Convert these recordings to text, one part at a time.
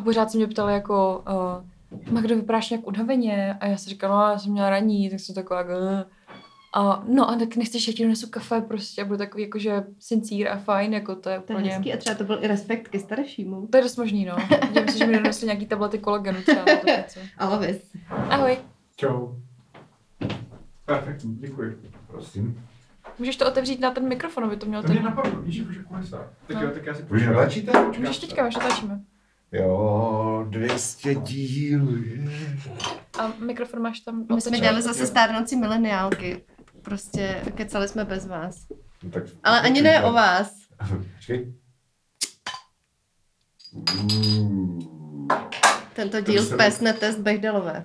A pořád se mě ptali jako, Magdo, vypadáš nějak unaveně? A já jsem říkala, no, já jsem měla raní, tak jsem taková jako... No a tak nechceš, já ti donesu kafe prostě a budu takový jakože sincír a fajn, jako to je úplně... To je hezký a třeba to byl i respekt ke staršímu. To je dost možný, no. Dělám si, že mi donesli nějaký tablety kolagenu třeba. Alovis. Ahoj. Čau. Perfektní, děkuji. Prosím. Můžeš to otevřít na ten mikrofon, aby to mělo To mě napadlo, víš, jakože kulisa. Tak jo, tak já si Už natáčíte? Můžeš teďka, až natáčíme. Jo, 200 dílů. A mikrofon máš tam... My jsme dělali zase stárnoucí mileniálky. Prostě kecali jsme bez vás. No, tak, Ale ani ne o vás. Počkej. Tento díl pesne test Bechdellové.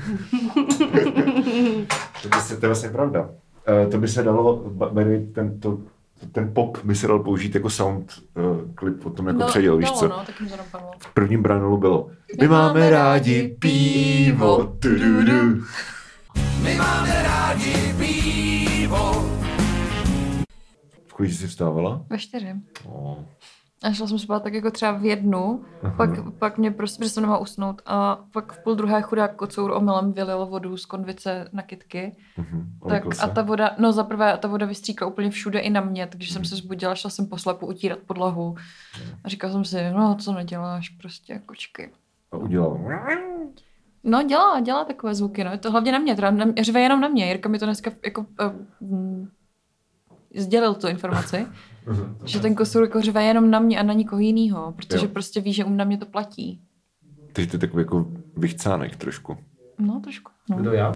To je vlastně pravda. To by se dalo, ten pop by se dal použít jako sound klip o tom jako předěl, víš co? No, tak mi to napadlo. V prvním Branelu bylo My máme rádi pivo, tududu. My máme rádi pivo. V kolik jsi vstávala? Ve 4. Oh. A šla jsem spát tak jako třeba v 1, pak mě prostě, protože jsem nemohla usnout a pak v 12:30 chudák kocour omylem vylil vodu z konvice na kytky. Tak a ta voda, no zaprvé ta voda vystříkla úplně všude i na mě, takže jsem se zbudila, šla jsem po slepu utírat podlahu a říkala jsem si, no co neděláš, prostě kočky. A udělal. No dělá takové zvuky, no je to hlavně na mě, teda řve jenom na mě, Jirka mi to dneska jako sdělil tu informaci, že ten kocour jako řve jenom na mě a na nikoho jinýho, protože prostě ví, že na mě to platí. Takže to je takový jako vychcánek trošku. No trošku. No. Kdo já?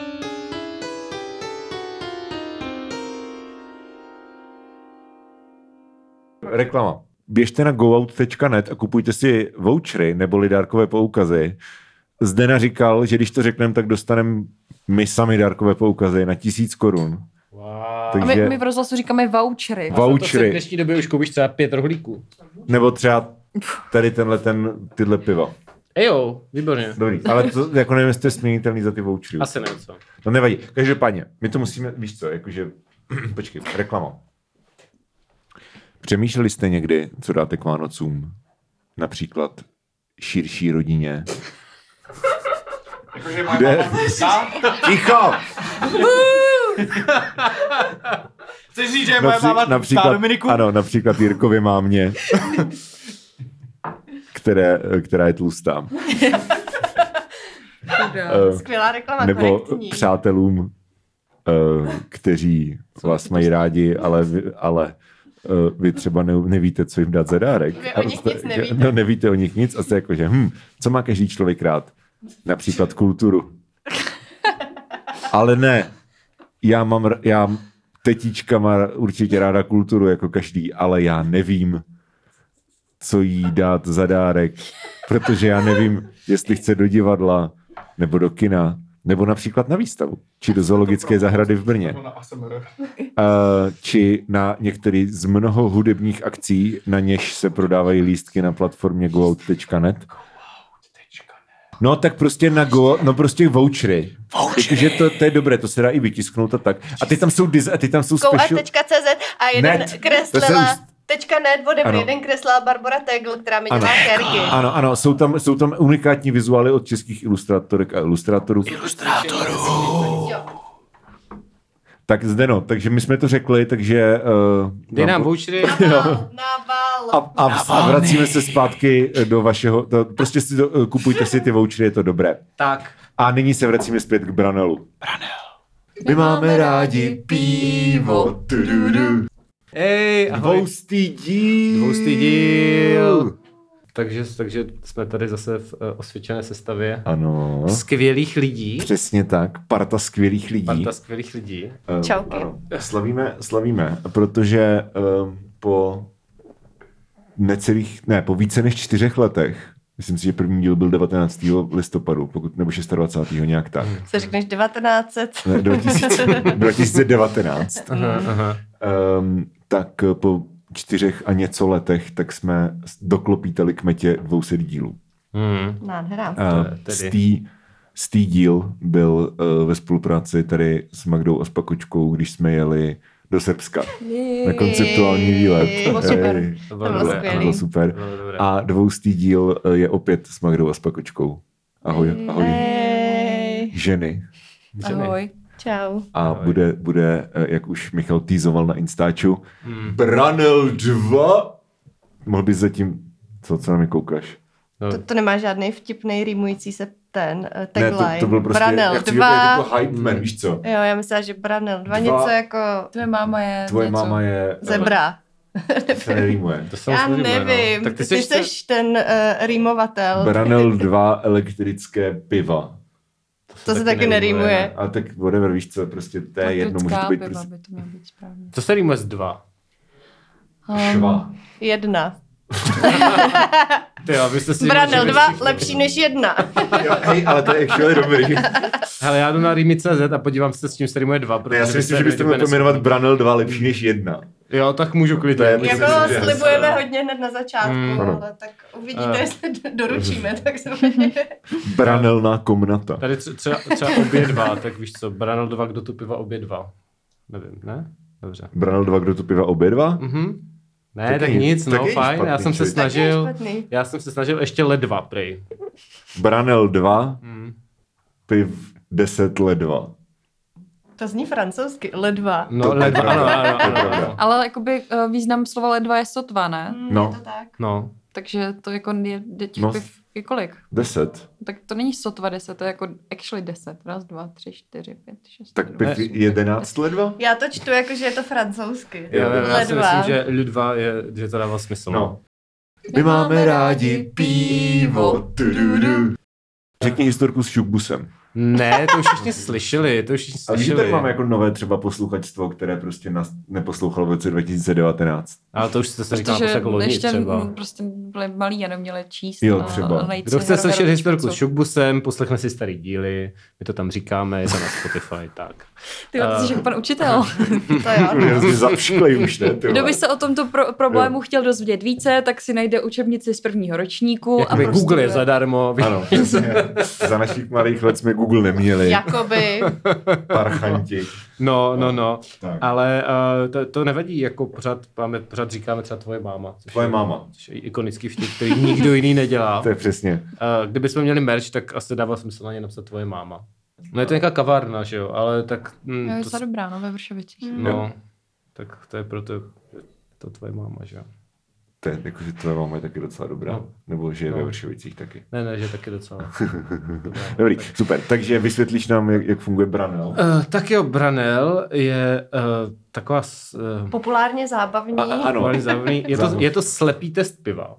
Reklama. Běžte na goout.net a kupujte si vouchery neboli dárkové poukazy. Zdena říkal, že když to řekneme, tak dostaneme my sami dárkové poukazy na 1000 korun. Wow. Takže... A my v rozhlasu říkáme vouchery. To se v dnešní době už koupíš třeba 5 rohlíků. Nebo třeba tady tyhle piva. Ejo, výborně. Dobrý, ale to jako nevím, jestli to je směnitelný za ty vouchery. Asi nevím co. No nevadí. Každopádně, my to musíme, víš co, jakože, počkej, reklama. Přemýšleli jste někdy, co dáte k Vánocům? Například širší rodině. Jakože moje máma... Ticho! Chceš říct, že moje máma například, Dominiku? Ano, například Jirkově mámě, která je tlustá. Skvělá reklama, Nebo korektní. přátelům, kteří vás mají rádi, ale vy třeba nevíte, co jim dát za dárek. Vy o nich nic nevíte. No, nevíte o nich nic a jste jako, že co má každý člověk rád? Například kulturu. Ale ne. Tetička má určitě ráda kulturu jako každý, ale já nevím, co jí dát za dárek, protože já nevím, jestli chce do divadla, nebo do kina, nebo například na výstavu, či do zoologické zahrady v Brně, či na některý z mnoho hudebních akcí, na něž se prodávají lístky na platformě goout.net. No tak prostě prostě vouchery. Takže to je dobré, to se dá i vytisknout a tak. A ty tam jsou special... Go.cz a jeden kreslila... .net ode mě, jeden kreslila Barbara Tegl, která mi dělá kérky. Ano, jsou tam unikátní vizuály od českých ilustrátorek a ilustrátorů. Tak Zdeno, takže my jsme to řekli, takže... Dej nám vouchery. A vracíme se zpátky do vašeho... Prostě kupujte si ty vouchery, je to dobré. Tak. A nyní se vracíme zpět k Branelu. My máme rádi pivo. Ej, ahoj. Dvoustý díl. Takže jsme tady zase v osvědčené sestavě. Ano. Skvělých lidí. Přesně tak. Parta skvělých lidí. Čauky. Ano. Slavíme, protože po více než 4 letech, myslím si, že první díl byl 19. listopadu, nebo 26. nějak tak. Co řekneš 1900? Ne, 2019. Aha. Tak po 4 a něco letech, tak jsme doklopítali k metě 200 dílů. Nádhera. Stý díl byl ve spolupráci tady s Magdou a s Pakočkou, když jsme jeli do Srbska na konceptuální výlet. Bylo super. Hej. To bylo skvělý. Bylo super. A 200. díl je opět s Magdou a s Pakočkou. Ahoj. Hej. Ženy. Ahoj. Čau. A bude, jak už Michal týzoval na Instaču, Branel 2. Mohl bys zatím, co na mě koukáš? To nemá žádný vtipnej rýmující se ten tagline. Ne, to byl prostě, Branel já chci 2. jako hype man, víš co? Jo, já myslela, že Branel 2 něco jako Tvoje máma je Tvoje něco. máma je... zebra. Se nerýmuje. Já nevím, Tak ty jsi ten rýmovatel. Branel 2 elektrické piva. To se taky nerýmuje. A tak whatever, víš co, prostě to je jedno, může to být Piva prostě by to mělo být správně. Co se rýmuje z 2? šva. 1. Ty, abyste si Branel 2 lepší než 1. Jo, hej, ale to je actually dobrý. Hele, já jdu na Rými.cz a podívám se, s čím se rýmuje 2. Ne, já si myslím, že byste měli pojmenovat Branel 2 lepší než 1. Jo, tak můžu klidně. To je- Jako Myslím, že slibujeme hezké. hodně hned na začátku, Ano. ale tak uvidíte, jestli doručíme, tak se Branelná komnata. Tady třeba obě 2, tak víš co, Branel 2, kdo tu piva obě 2. Nevím, ne? Dobře. Branel 2, kdo tu piva obě 2? Ne, Taky tak nic, nic, taky no nic fajn, špatný, já jsem se člověk. snažil, špatný. ještě ledva, prej. Branel 2, piv 10 ledva. To zní francouzsky, ledva. No, ledva, ano. Ale jakoby význam slova ledva je sotva, ne? No. Je to tak. No, Takže to jako je těch No. piv je kolik? 10. Tak to není sotva 10, to je jako actually 10. 1, 2, 3, 4, 5, 6, Tak 7. piv 11 ledva? Já to čtu jako, že je to francouzsky. já si Ledva. myslím, že Ludva že to dává smysl. No. My máme rádi pivo. Tududu. Řekni historku s šukbusem. Ne, to už všichni slyšeli, Ale víš, že tady máme jako nové třeba posluchačstvo, které prostě nás neposlouchalo v roce 2019. Ale to už se říká Protože tak loni ještě třeba. prostě byli malí a neměli číst. Jo, a třeba. najít Kdo si chce slyšet Heroverovou historku s špicu. šukbusem, poslechne si starý díly, my to tam říkáme, je to na Spotify, tak. Ty jsi jak pan učitel. To jo. Hrozně zapšklej už, ne? Kdo by se o tomto problému chtěl dozvědět více, tak si najde učebnici z prvního ročníku. Jakoby prostě Google je zadarmo. Ano, přesně. Za našich malých let jsme Google neměli. Jakoby. Parchanti. No. Tak. Ale to nevadí, jako pořád říkáme třeba tvoje máma. Tvoje máma. Což je ikonický vtip, který nikdo jiný nedělá. To je přesně. Kdybychom měli merch, tak asi dává smysl na ně napsat tvoje máma. No je to nějaká kavárna, že jo, ale tak... Jo, je to dobrá, no, ve Vršovicích. No, tak to je proto to tvoje máma, že jo. To je jako, že tvoje máma je taky docela dobrá. No. Nebo že je ve No. Vršovicích taky. Ne, že taky docela. Dobrá. Dobrý, super. Takže vysvětlíš nám, jak funguje Branel. Tak jo, Branel je taková... Populárně zábavní. Ano. zábavný. Je to slepý test piva,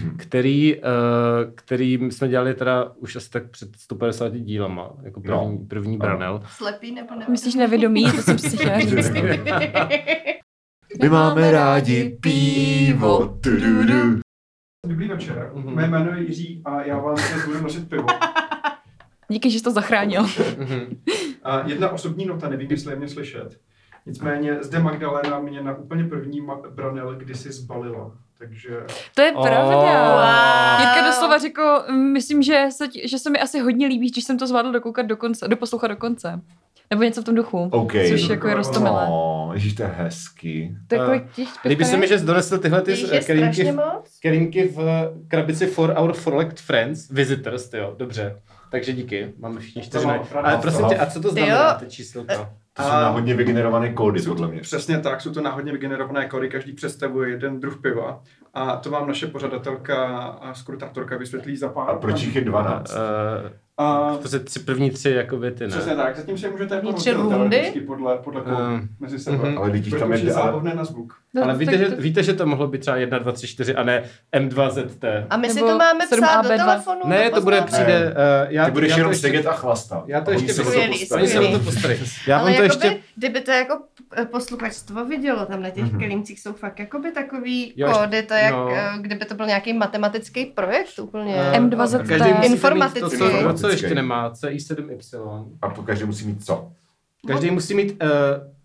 který jsme dělali teda už asi tak před 150 dílama, jako první Branel. Slepý nebo ne? Myslíš nevědomý? To jsem si chtěla říct. My máme rádi pivo. Tududu. Dobrý večer, mé jméno je Jiří a já vám dnes budu nosit pivo. Díky, že jsi to zachránil. A jedna osobní nota, nevím, jestli je mě slyšet. Nicméně zde Magdalena mě na úplně první Branel kdysi zbalila, takže... To je pravda. Wow. Jirka doslova řekl, myslím, že se mi asi hodně líbí, když jsem to zvládl doposlouchat do konce. Nebo něco v tom duchu. OK. Což jako je roztomilé. Ježíš, to je hezký. Takový těch Líbí se mi, že jsi donesl tyhle ty Víš, je strašně moc. kelímky v krabici For Our Select Friends, Visitors, jo, dobře. Takže díky, máme všichni 4. Ale prosím tě, a co to znamená, ty číslovka? To jsou náhodně vygenerované kódy, podle mě. Přesně tak, jsou to náhodně vygenerované kódy, každý představuje jeden druh piva a to vám naše pořadatelka a skrutátorka vysvětlí za pár. A proč jich je 12? A To jsou první 3 jako věty, ne? přesně tak, zatím se můžete jako Tři rozdělit rundy? teoreticky podle kódu mezi sebou. Ale lidi tam Protože je... je zábavné na zvuk. Ale víte, že to mohlo být třeba 1, 2, 3, 4 a ne M2ZT. A my si Nebo to máme psát do 7AB2. telefonu? Ne, nebo to bude znáte? přijde... Ty budeš já to jenom ještě- sedět a chlastat. Já to A oni ještě se o to Skvělý, postarají. Oni se o to postarají. Já Ale vám to jakoby, ještě... kdyby to jako posluchačstvo vidělo, tam na těch kelímcích jsou fakt jakoby takový Jo, kódy, to jak, no. kdyby to byl nějaký matematický projekt úplně. M2ZT. Každý musí mít Informatický. to, co ještě nemá, CI7Y. A po každý musí mít co? Každý musí mít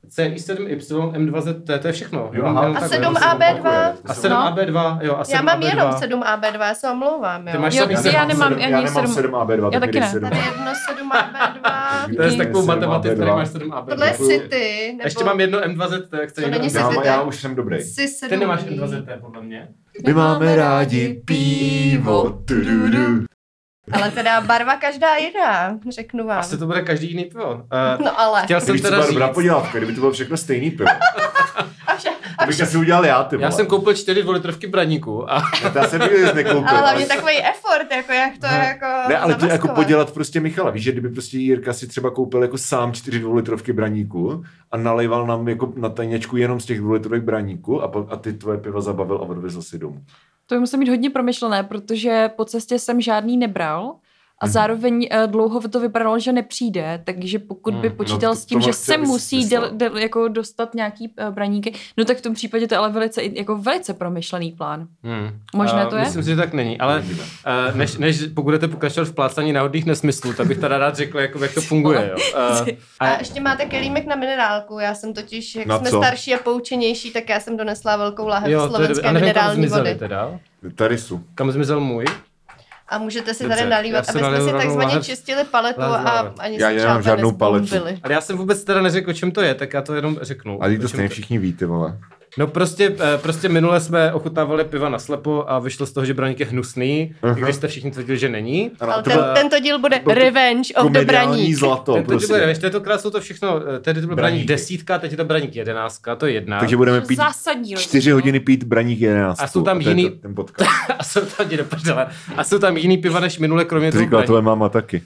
CI7Y, M2Z, to je všechno. Jo? Aha. A 7AB2? A 7AB2, jo. A 7AB2. Já mám jenom 7AB2, já se omlouvám, Ty jo. máš Jo, samý já nemám já ani nemám 7. 7AB2, Já tak taky mi ne. 7. Tady jedno 7AB2. To je s takovou 7AB2. matematikou, tady máš 7AB2. Tohle je City, nebo... Ještě mám jedno M2Z, který To není mám. City. Já už jsem dobrý. C7. Ty nemáš M2Z, podle mě. My máme rádi pivo. Ale teda barva každá jiná, řeknu vám. Asi to bude každý jiný pivo. No ale. Chtěl jsem Když teda třeba dobrá říct, podívávka, kdyby to bylo všechno stejný pivo. A To bych asi udělal já, ty já vole. jsem koupil 4 dvou-litrovky braníku a To já jsem nikdy nic nekoupil. ale hlavně takový effort, jako jak to jako Ne, ale to je jako zamaskovat. podělat prostě Michala. Víš, že kdyby prostě Jirka si třeba koupil jako sám 4 dvoulitrovky braníku a nalejval nám jako na tajněčku jenom z těch dvoulitrovek braníku a ty tvoje piva zabavil a odvezl si domů. To by musel mít hodně promyšlené, protože po cestě jsem žádný nebral a zároveň dlouho to vypadalo, že nepřijde, takže pokud by počítal no s tím, tohle že chci, se abys musí myslela. jako dostat nějaký braníky, no tak v tom případě to je ale velice promyšlený plán. Možné to je? Myslím si, že tak není, ale než pokud budete pokračovat v plácání náhodných nesmyslů, tak bych teda rád řekl, jako, jak to funguje. Jo. A ještě máte kelímek na minerálku, já jsem totiž, jak Na jsme co? starší a poučenější, tak já jsem donesla velkou láhev Jo, to je dobré. slovenské A nevím, kam minerální zmizeli vody. teda. Tady jsou. Kam zmizel můj? A můžete si Dobře, tady já nalívat, si aby jsme naliju si rovnou takzvaně láhev. čistili paletu Láhev. a ani Já se nemám třeba žádnou paletu. nezbombili. Ale já jsem vůbec teda neřekl, o čem to je, tak já to jenom řeknu. A teď O to čem stejně všichni ví, ty vole. No prostě minule jsme ochutnávali piva na slepo a vyšlo z toho, že braník je hnusný, i když jste všichni tvrdili, že není. Ano, Ale to bylo tento díl bude bylo to Revenge of the komediální Braník. zlato, prostě. Tentokrát jsou to všechno, tedy to byl braník 10, teď je to braník 11, to je 1. Takže budeme pít Zásadní 4 hodiny pít braník 11. A jsou tam to je jiný- ten podcast. A jsou tam jdi do prdele. A jsou tam jiný piva než minule, kromě To toho říkala braníku. tvoje máma taky.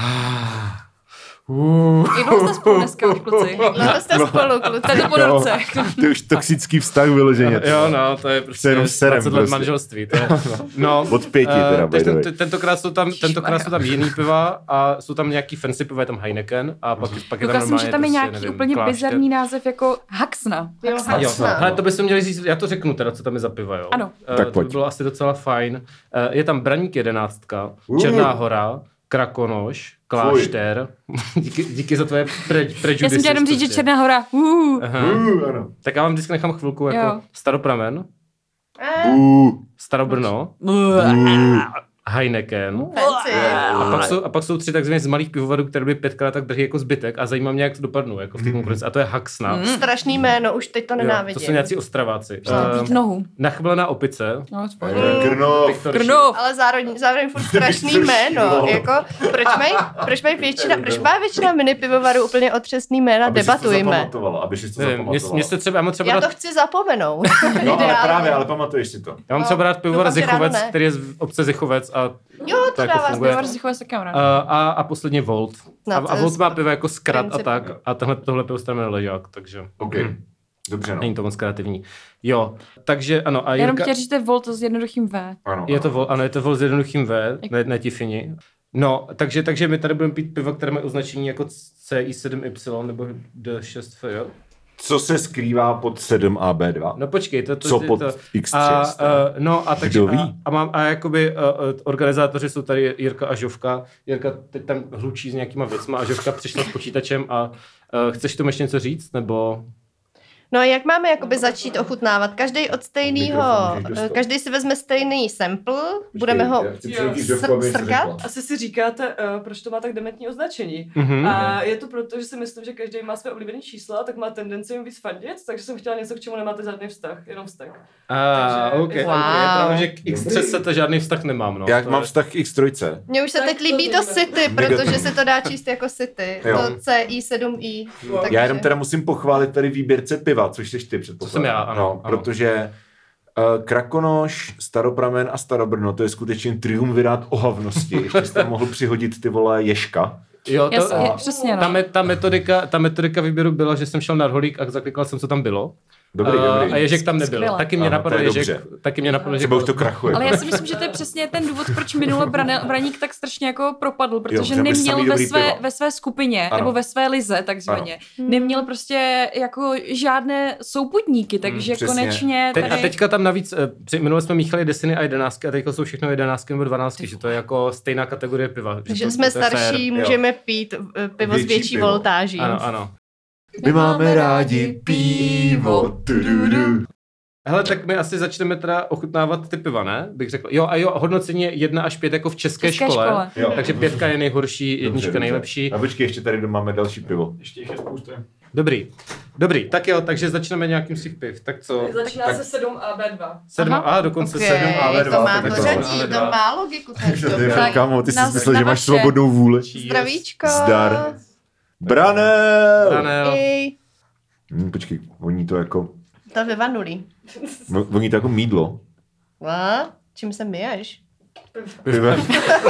I jste spolu dneska už, kluci. No, jste spolu, kluci. To je to po roce. Ty už toxický vztah vyloženě. Jo, no, to je prostě jenom serem 20 let prostě. manželství. To je, no, Od 5 teda, by the way. tentokrát jsou tam jiný piva a jsou tam nějaký fancy piva, je tam Heineken a pak je tam Koukala jsem, že tam je prostě, nějaký nevím, úplně Klášter. bizarní název jako Haxna. Jo, Jo, Haxna. hele, to bychom měli říct, já to řeknu teda, co tam je za piva, jo. Ano. Tak to by pojď. bylo asi docela fajn. Je tam Braník 11, Černá hora, Krakonoš, Klášter. díky za tvoje prejudice. Já jsem chtěla jenom říct, že prostě. Černá hora. Aha. Ano. Tak já vám vždycky nechám chvilku jako Jo. Staropramen, Starobrno, Heineken. Fancy. A pak jsou 3 takzvané z malých pivovarů, které by 5krát tak drhý jako zbytek a zajímá mě, jak to dopadnou jako v té konkurenci. A to je Haxna. Strašný jméno, už teď to Jo, nenávidím. to jsou nějací Ostraváci. Být nohu. Nachblená opice. No, Krnov. Krnov. Ale zároveň furt strašný jméno. Jako, proč má většina mini pivovarů úplně otřesný jména? Debatujme. Aby si to Nevím, zapamatovala. mě se třeba, já mám třeba Já rád, to chci zapomenout. No ale Ideálně. právě, ale pamatuješ si to. já mám třeba rád pivovar doufám, že ráno Zichovec, ne. který je z obce Zichovec a Jo, to jako dává funguje. smysl. Zichové se kamera. a posledně Volt. No, A to je Volt má pivo jako zkrat a princip. tak. A tohle pivo se jmenuje Ležák, takže OK. Dobře, no. není to moc kreativní. Jo, takže ano. A Já jenom Jirka, chtěla říct, že to je Volt s jednoduchým V. Ano, je to ano. Volt, ano, je to Volt s jednoduchým V, ne Tiffany. No, takže my tady budeme pít piva, které mají označení jako CI7Y nebo D6F, jo? Co se skrývá pod 7AB2? No počkej, to Co pod X300? no a takže Kdo ví? a jakoby organizátoři jsou tady Jirka a Žovka. Jirka teď tam hlučí s nějakýma věcma a Žovka přišla s počítačem a chceš tomu ještě něco říct, nebo... No a jak máme jakoby začít ochutnávat? Každý od stejného, Mikrofon můžeš dostat. každý si vezme stejný sample, budeme ho srkat. Asi si říkáte, proč to má tak dementní označení. Mhm. A je to proto, že si myslím, že každý má své oblíbené čísla, tak má tendenci jim víc fandit, takže jsem chtěla něco, k čemu nemáte žádný vztah, jenom vztah. Takže- OK. Wow. Je pravda, že k X3 se to žádný vztah nemám, no. Jak To mám je- vztah k X3? Mně už se Tak teď to líbí to víme. City, protože se to dá číst jako City. Jo. To CI7I. Takže... Já jenom teda musím pochválit tady výběrce piva, což jsi ty předpokládám. To jsem já, ano, No, ano. protože Krakonoš, Staropramen a Starobrno, to je skutečně triumvirát ohavnosti. Ještě jsi tam mohl přihodit ty vole Ježka. Jo, Jasně, přesně, no. ta metodika výběru byla, že jsem šel na rohlík a zaklikal jsem, co tam bylo. Dobrý. A Ježek tam nebyl. Skvěle. Taky mě Ano, napadl to je Ježek. dobře. Taky mě napadl Ježek. Třeba už to krachuje. Ale já si myslím, že to je přesně ten důvod, proč minule Braník tak strašně jako propadl, protože protože byly neměl samý dobrý piva. ve své skupině, Ano. nebo ve své lize takzvaně, neměl prostě jako žádné souputníky, takže přesně. konečně A tady... teďka tam navíc, minule jsme míchali desiny a 11 a teďka jsou všechno 11 nebo 12, že to je jako stejná kategorie piva. Že to- jsme to je fér. starší, můžeme pít pivo s Větší větší pivo. voltáží. Ano, ano. My máme rádi pivo. Hele, tak my asi začneme teda ochutnávat ty piva, ne? Bych řekl. Jo, hodnocení je 1 až 5 jako v české škole. Jo. Takže 5 je nejhorší, 1 nejlepší. A počkej, ještě tady máme další pivo. Ještě jich je spousta. Dobrý, tak jo, takže začneme nějakým z těch piv. Tak co? Začíná se 7 a B2. 7 dokonce Okay, 7 a to má tak pořadí, to má logiku. Tak, kámo, ty jsi na- myslel, na že máš vaše. svobodnou vůli. Zdravíčko. Zdar. Branel! Ej, Počkej, voní to jako... to vyvanulí. Voní to jako mídlo. A? Čím se myješ? Pivem.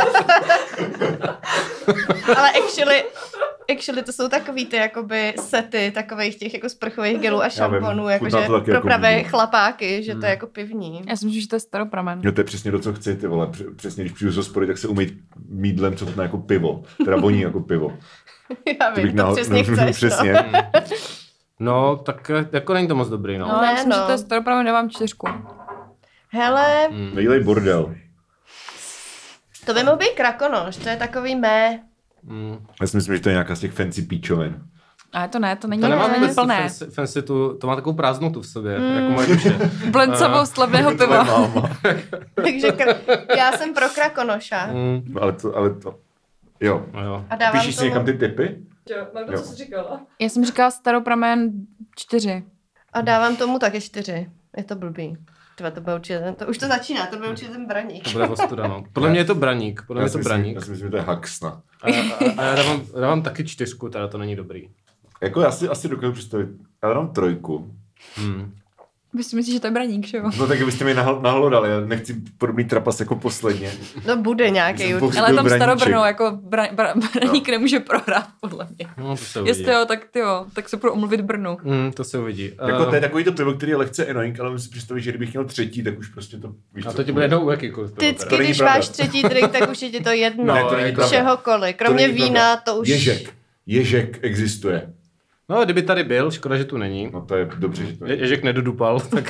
Ale actually to jsou takový ty jakoby sety takových těch jako sprchových gelů a šamponů, chutná jakože to taky pro jako pravé mídlo. chlapáky, že to je jako pivní. Já si myslím, že to je staropramen. Jo, to je přesně to, co chci, ty vole. Přesně, když přijdu z hospody, tak se umýt mídlem, co chutná jako pivo. Teda voní jako pivo. Já vím, to přesně chceš, přesně. No, tak jako není to moc dobrý, no. No, já myslím, no. že to je staropramen, dávám 4. Hele, Nedělej bordel. to by mohl být krakonoš, to je takový mé. Já si myslím, že to je nějaká z těch fancy píčovin. Ale to ne, to není To nemá úplně vůbec plné. fancy to má takovou prázdnotu v sobě, jako moje duše. Blencovou slabého Tvoje piva. máma. Takže já jsem pro krakonoša. No, ale to... Jo. No jo. A dávám Píšeš si tomu, někam ty tipy? Jo, Marko, Jo. co jsi říkala? Já jsem říkala staropramen 4. a dávám tomu taky 4. Je to blbý. Třeba to bude určitě, to už to začíná, to bude určitě ten braník. To bude ostuda, no. Podle mě je to braník. Já si myslím, že to je haxna. A já dávám taky 4, teda to není dobrý. Jako já si asi dokážu představit, já dám 3. Vy si myslíš, že to je braník, že jo? No tak byste mi nahlodali, já nechci podobný trapas jako posledně. No bude nějaký Jsem určitě. Ale tam braníček. starobrno, jako braník nemůže prohrát, podle mě. No, to se uvidí. Jestli jo, tak se budu omluvit Brnu. To se uvidí. Jako to je takový to pivo, který je lehce annoying, ale musím si představit, že kdybych měl 3, tak už prostě to, víš A co, to ti bude jednou u jakýkoliv. pivo, Vždycky, teda. není když pravda. máš 3. drink, tak už je ti to jedno. Ne, to není pravda. Čehokoliv. To Kromě není vína, pravda. to už... Ježek existuje. No, kdyby tady byl, škoda, že tu není. No to je dobře, že to je. Ježek nedodupal, tak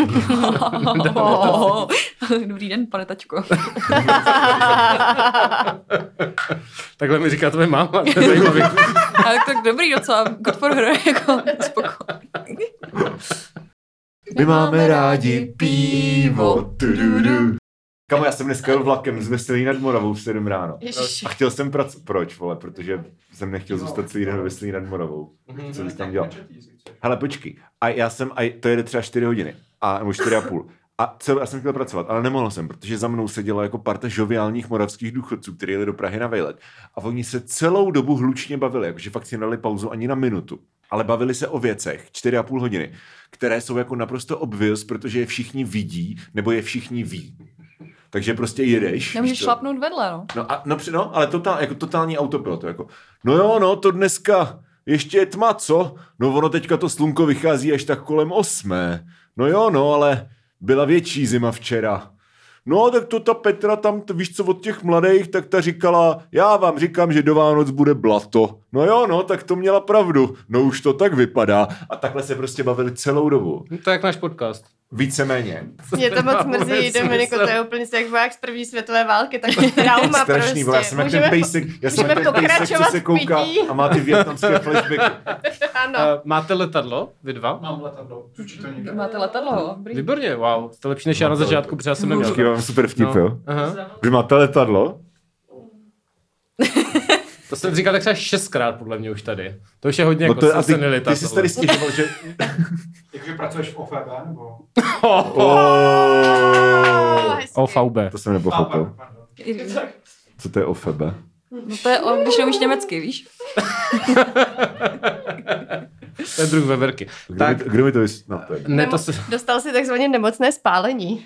Dobrý den, pane tačko. takhle mi říká tvoje máma, to je zajímavý. Ale tak dobrý docela, good for her, jako spokojný. My máme rádi pivo. Kamo, já jsem dneska jel vlakem z Veselí nad Moravou v 7 ráno. Ježiši. A chtěl jsem pracovat. Proč, vole? Protože jsem nechtěl zůstat celý den ve Veselí nad Moravou. Co bys tam dělal? Hele, počkej. A to jede třeba 4 hodiny. Nebo 4,5. Já jsem chtěl pracovat, ale nemohl jsem, protože za mnou seděla jako parta žoviálních moravských důchodců, kteří jeli do Prahy na vejlet. A oni se celou dobu hlučně bavili, jakože fakt si nedali pauzu ani na minutu. Ale bavili se o věcech 4,5 hodiny, které jsou jako naprosto obvious, protože je všichni vidí, nebo je všichni ví. Takže prostě jedeš. Nemůžeš šlapnout vedle, no. No, ale jako totální autopilot. Jako, no jo, no, to dneska ještě je tma, co? No ono teďka to slunko vychází až tak kolem 8. No jo, no, ale byla větší zima včera. No, tak to ta Petra tam, víš co, od těch mladých, tak ta říkala, já vám říkám, že do Vánoc bude blato. No jo, no, tak to měla pravdu. No už to tak vypadá. A takhle se prostě bavili celou dobu. To je jak náš podcast. Víceméně. Mě to moc Nemá mrzí, vůbec Dominiko, smysl. to je úplně jak voják z první světové války, takový trauma Strašný, prostě. já jsem jak ten pejsek, můžeme co pokračovat se v kouká pití. a má ty vietnamské flashbacky. Ano. Máte letadlo, vy dva? Mám letadlo, určitě to někde. Máte letadlo, dobrý. Výborně, wow. Jste lepší než já na začátku, protože já jsem neměl. Počkej, mám super vtip, No. jo. Aha. Vy máte letadlo? To jsem říkal tak třeba 6krát podle mě už tady. To už je hodně No jako to, a senilita. ty jsi tady stěžoval, že... Jakože pracuješ v OFB, nebo? Hezky. OVB. To jsem nepochopil. Pardon. Co to je OFB? No to je, když neumíš německy, víš? To je druh veverky. Tak, Kdo mi to No, to je... ne, to se... Dostal si takzvaně nemocné spálení.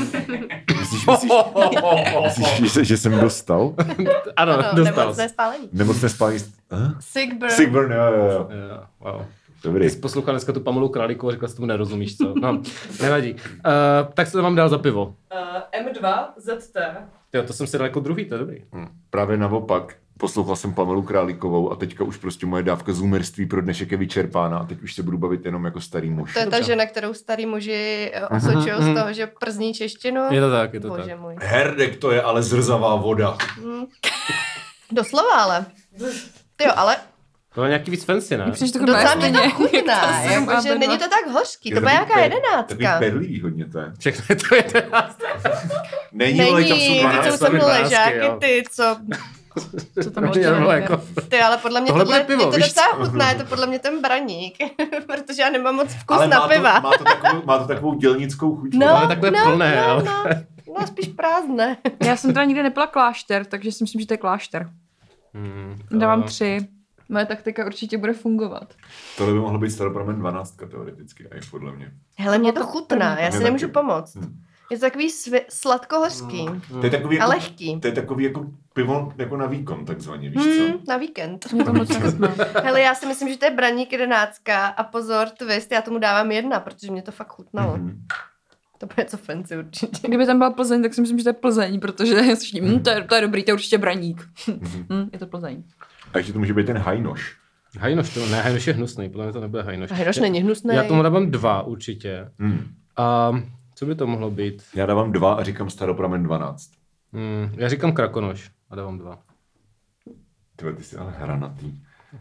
Myslíš, že jsem dostal? Ano, Ano, dostal nemocné jsi. spálení. Nemocné spání... Sick burn. Sick burn, jo. Jo, wow. Dobrý. Ty jsi poslouchal dneska tu Pamelu Králíkovou a řekla, že tomu nerozumíš, co? No, nevadí. Tak co to mám dál za pivo? M2 ZT. Jo, to jsem si dal jako druhý, to je dobrý. Právě naopak. Poslouchal jsem Pamelu Králíkovou a teďka už prostě moje dávka zoomerství pro dnešek je vyčerpána a teď už se budu bavit jenom jako starý muž. To je ta žena, kterou starý muži osočují z toho, že przní češtinu. Je to tak, je to Bože tak. můj. Herdek, to je ale zrzavá voda. Doslova ale. Ty jo, ale To je nějaký víc fancy, ne? Docela mě to chutná, jakože není to tak hořký, to byla nějaká 11. Takový perlivý hodně to je. Všechno je to 11. Není, ale tam jsou ty 12. jsou tam ležáky, ty, co... Co tam Jako... Ty, ale podle mě Tohle tohle, bude pivo, mě to víš docela co? chutná, je to podle mě ten Braník, protože já nemám moc vkus Ale na piva. má to takovou dělnickou chuť. No, Ale takhle plné, jo. No, spíš prázdné. Já jsem teda nikdy nepila klášter, takže si myslím, že to je klášter. Dávám 3. Moje taktika určitě bude fungovat. Tohle by mohlo být Staropramen 12 teoreticky, aj podle mě. Hele, mě to chutná, já si Mě nemůžu taky. pomoct. Je to takový sladkohořký To je takový a jako, lehký. to je takový jako pivo jako na výkon, takzvaně, víš co? Na víkend. Mě to moc nechutná. Hele, já si myslím, že to je Braník 11 a pozor, twist, já tomu dávám 1, protože mě to fakt chutnalo. To bude něco fancy určitě. Kdyby tam byla Plzeň, tak si myslím, že to je Plzeň, protože to je dobrý, to je určitě Braník. Je to Plzeň. A ještě to může být ten hajnoš. Hajnoš to, ne, Hajnoš je hnusný, podle mě to nebude Hajnoš. Hajnoš není hnusný. Já tomu dávám 2 určitě. A co by to mohlo být? Já dávám 2 a říkám Staropramen 12. Já říkám Krakonoš a dávám 2. Ty jsi ale hranatý.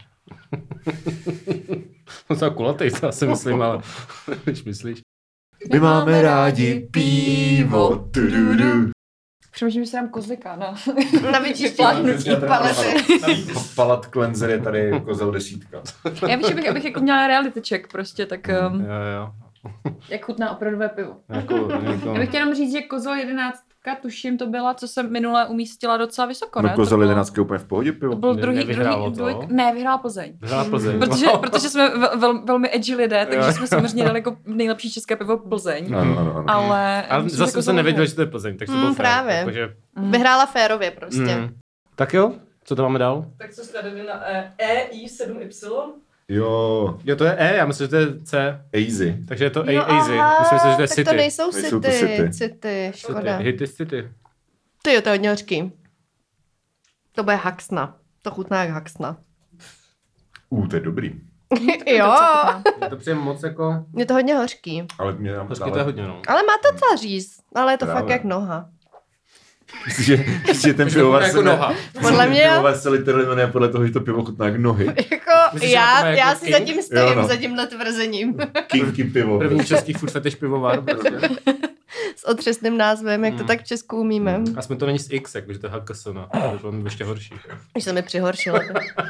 No to je kulatej, to asi myslím, ale když myslíš. My máme rádi pivo. Přemýšlím, že si dám kozlika Na vyčištění palety. Palat Cleanser je tady kozel 10. Já víš, abych jako měla reality check prostě, tak Jo. jak chutná opravdové pivo. Jako, Já bych chtěla jenom říct, že kozel 11, tuším to byla, co jsem minule umístila docela vysoko, ne? No kozel To bylo- 11 je úplně v pohodě pivo. To byl Nevyhrálo to? ne, vyhrála Plzeň. Vyhrála Plzeň. Protože jsme velmi edgy lidé, takže jsme samozřejmě dali jako nejlepší české pivo Plzeň. Ano. Ale Ale myslím, zase že jsem nevěděl, kozel že to je Plzeň, tak to bylo fér. Právě. Jakože, Vyhrála férově prostě. Tak jo, co to máme dál? Tak co jste dali na EI7Y? Jo, Jo, to je E, já myslím, že to je C. easy. Takže je to Jo, Easy. aha, Myslím si, že to je tak City. to nejsou Nejsou to City. City. City, škoda. Hity City. Ty jo, to je hodně hořký. To bude haxna. To chutná jak haxna. To je dobrý. Jo, Je to přijde moc jako... je to hodně hořký. Ale mě tam Počkej, to je hodně, no. Ale má to docela říz. Ale je to Právě. fakt jak noha. že ten pivovar jako se noha. Podle mě jo. pivovar se literally jmenuje podle toho, že to pivo chutná jak nohy. Jako, Myslíš, že to má já jako si king? zatím stojím Jo, no. za tímhle tvrzením. Kinky pivo. První český food fetish pivovar. Prostě. S otřesným názvem, jak to tak v Česku umíme. A jsme to není z X, jakože to je HKSN. To bylo ještě horší. Už se mi přihoršilo.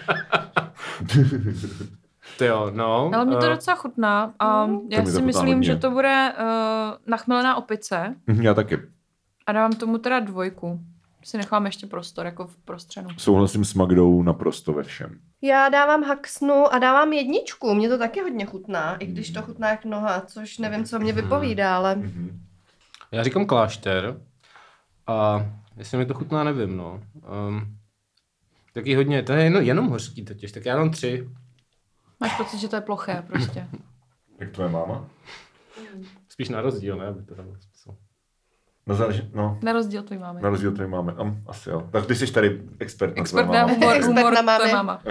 Ty jo, no. Ale mě to docela chutná a já mi to si chutná myslím, hodně. že to bude nachmelená opice Já taky. a dávám tomu teda 2. Si nechám ještě prostor, jako v prostřenu. Souhlasím s Magdou naprosto ve všem. Já dávám haxnu a dávám 1. Mě to taky hodně chutná, i když to chutná jak noha, což nevím, co mě vypovídá, ale... Já říkám klášter a jestli mi to chutná, nevím, no. Taky hodně, to je jenom hořký totiž, tak já dám 3. Máš pocit, že to je ploché prostě. Jak tvoje máma? Spíš na rozdíl, ne? Aby to dalo smysl. No, Na rozdíl tvojí máme. na rozdíl tvoje máme. Asi jo. Tak ty jsi tady expert na tvoje Expert na máma. humor, Expert humor na to je mámy. máma.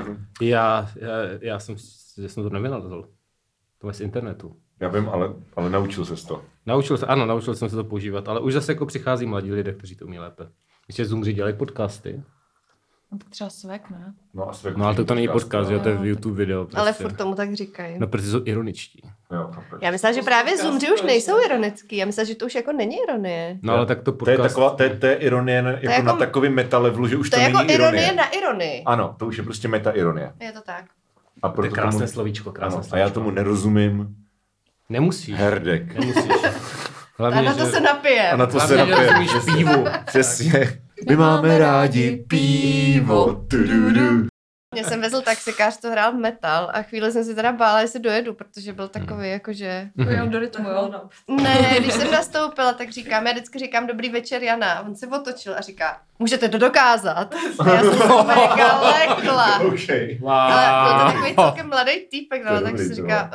Já jsem to nevynalezl. To je z internetu. Já vím, ale naučil ses to. Naučil jsem se to používat, ale už zase jako přichází mladí lidé, kteří to umí lépe. Ještě Zoomři dělají podcasty. No, tak třeba svek, ne? No, a svek No ale to není podcast, jo, to je Jo, YouTube video. Prostě. Ale furt tomu tak říkají. No, protože jsou ironičtí. Jo, chápeš. Já myslím, že právě Zoomři už nejsou ironický. Já myslím, že to už jako není ironie. No ale tak to To je podcast... taková, to je ironie jako jako- na takový metalevlu, že už To to, je jako není ironie na ironii. Ano, to už je prostě meta-ironie. Je to tak. A To je proto krásné tomu, slovíčko, krásné ano, slovíčko. a já tomu nerozumím. Nemusíš. Herdek. Nemusíš. A Hlavně, na to že... se napije. A na to Hlavně, se že napije. rozumíš pivu. Přesně. My máme rádi pivo. Mě jsem vezl taxikář, co hrál v metal a chvíli jsem si teda bála, jestli dojedu, protože byl takový jakože... Pojďme do rytmu, jo? Ne, když jsem nastoupila, tak říkám, já vždycky říkám dobrý večer Jana a on se otočil a říká, můžete to dokázat. A já jsem se mega lekla. Okay. Wow. Ale byl to takový celkem mladý týpek, To je no, tak dobrý, si to říká,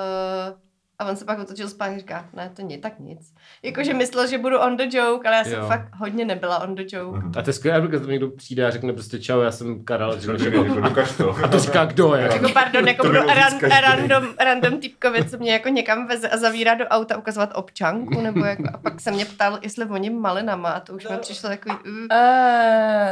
a on se pak otočil zpátky a říká, ne, to nie, tak nic. Jakože myslel, že budu on the joke, ale já jsem Jo. fakt hodně nebyla on the joke. A to je skvělé, když někdo přijde a řekne prostě čau, já jsem Karel. Jako dokaž to. A to říká kdo je. Jako pardon, jako To budu bylo víc každý. random týpkovi, co mě jako někam veze a zavírá do auta ukazovat občanku, nebo jako, a pak se mě ptal, jestli voním malinama a to už mi přišlo takový... To je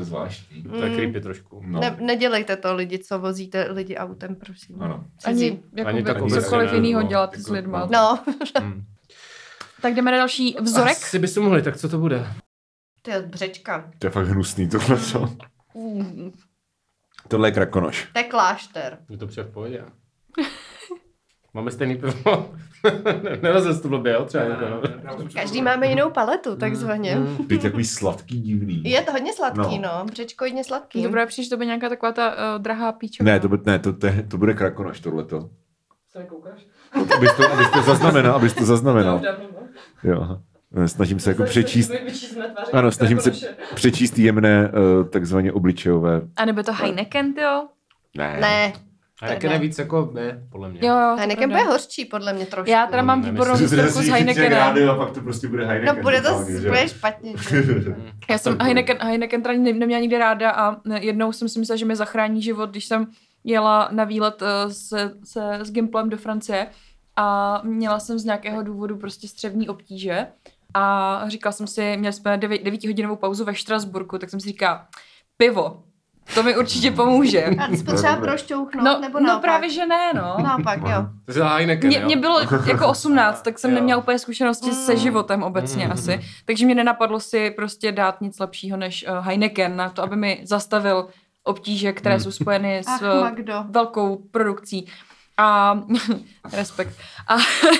zvláštní. To je creepy trošku. No. Nedělejte to lidi, co vozíte lidi autem, prosím. Ano. Ani Ani jako takový cokoliv ne, jiného no, dělat jako- s lidma. No. Tak jdeme na další vzorek. Asi bychom mohli, tak co to bude? To je břečka. To je fakt hnusný tohle. Tohle je krakonoš. To je klášter. Je to přijde v pohodě. Máme stejný pivo. Nerazil jsi to blbě, jo? Třeba jako, no. Každý máme jinou paletu, takzvaně. Ty takový sladký, divný. Je to hodně sladký, no. Břečko hodně sladký. Dobrá, přijde, že to bude nějaká taková ta drahá píčová. Ne, to bude krakonoš tohleto. Se nekoukáš? Abys to zaznamenal. To už dávno, no. Jo, aha. Snažím se jako přečíst. Vyčíst na tváři Ano, snažím se krakonoše. přečíst jemné takzvaně obličejové. A nebo to Heineken, jo? Ne. A jak je víc jako ne, podle mě. Jo, Heineken bude hořčí, podle mě trošku. Já teda mám výbornou historku s Heinekenem. A pak to prostě bude Heineken. No bude to totálně, že? bude špatně. Že? Já jsem Heineken teda neměla nikdy ráda a jednou jsem si myslela, že mi zachrání život, když jsem jela na výlet s Gimplem do Francie a měla jsem z nějakého důvodu prostě střevní obtíže a říkala jsem si, měli jsme 9hodinovou pauzu ve Štrasburku, tak jsem si říkala, pivo, to mi určitě pomůže. A ty jsi potřeba prošťouchnout, nebo no naopak? právě, že ne, no. Naopak, jo. To je Heineken, jo? Mně bylo jako 18, tak jsem Jo. neměla úplně zkušenosti se životem obecně asi. Takže mě nenapadlo si prostě dát nic lepšího než Heineken na to, aby mi zastavil obtíže, které jsou spojeny s Ach, Magdo. velkou produkcí. A respekt. A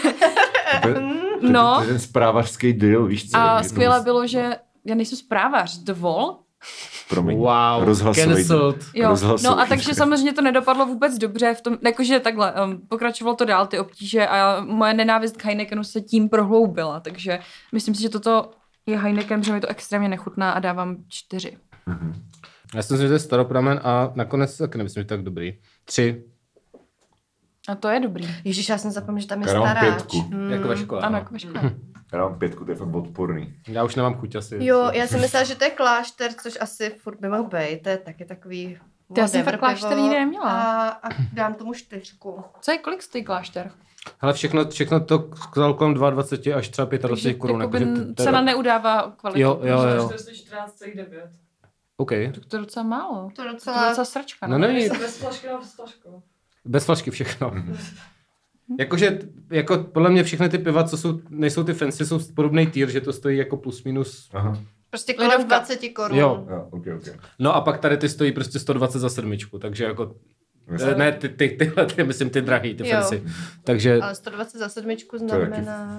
no. To je ten zprávařský deal, víš co? A Je to skvělé prostě- bylo, že já nejsem zprávař, dvol. Promiň, Wow, rozhlasový. cancelled. Jo, Rozhlasový. no a takže samozřejmě to nedopadlo vůbec dobře v tom, jakože takhle, pokračovalo to dál ty obtíže a moje nenávist k Heinekenu se tím prohloubila, takže myslím si, že toto je Heineken, že mi to extrémně nechutná a dávám 4. Já si myslím, že to je staropramen a nakonec taky nemyslím, že to je tak dobrý. 3. A to je dobrý. Ježíš, já jsem zapomněl, že tam je Já dám staráč. 5. Jako ve škole. Ano, Ano. jako ve škole. Já dám 5, to je fakt odporný. Já už nemám chuť asi. Jo, já jsem myslela, že to je klášter, což asi furt by mohl být. To je taky takový... To já jsem whatever fakt klášter pivo. nikdy neměla. A dám tomu 4. Co je, kolik stojí klášter? Hele, všechno to sklo kolem 22 až třeba 25 korun. jakoby jakože to je- cena neudává kvalitu. Jo. 14,9. OK. Tak to je docela málo. To To je docela... docela sračka. No nevím, Bez flašky nebo bez flašku. bez flašky všechno. Jakože, jako podle mě všechny ty piva, co jsou, nejsou ty fancy, jsou podobný tier, že to stojí jako plus minus. Aha. Prostě kolem Lidovka. 20 korun. Jo. Jo, ok. No a pak tady ty stojí prostě 120 za 7, takže jako, Myslím. ne tyhle, myslím ty drahý, ty Jo. fancy. Takže, Ale 120 za 7 znamená...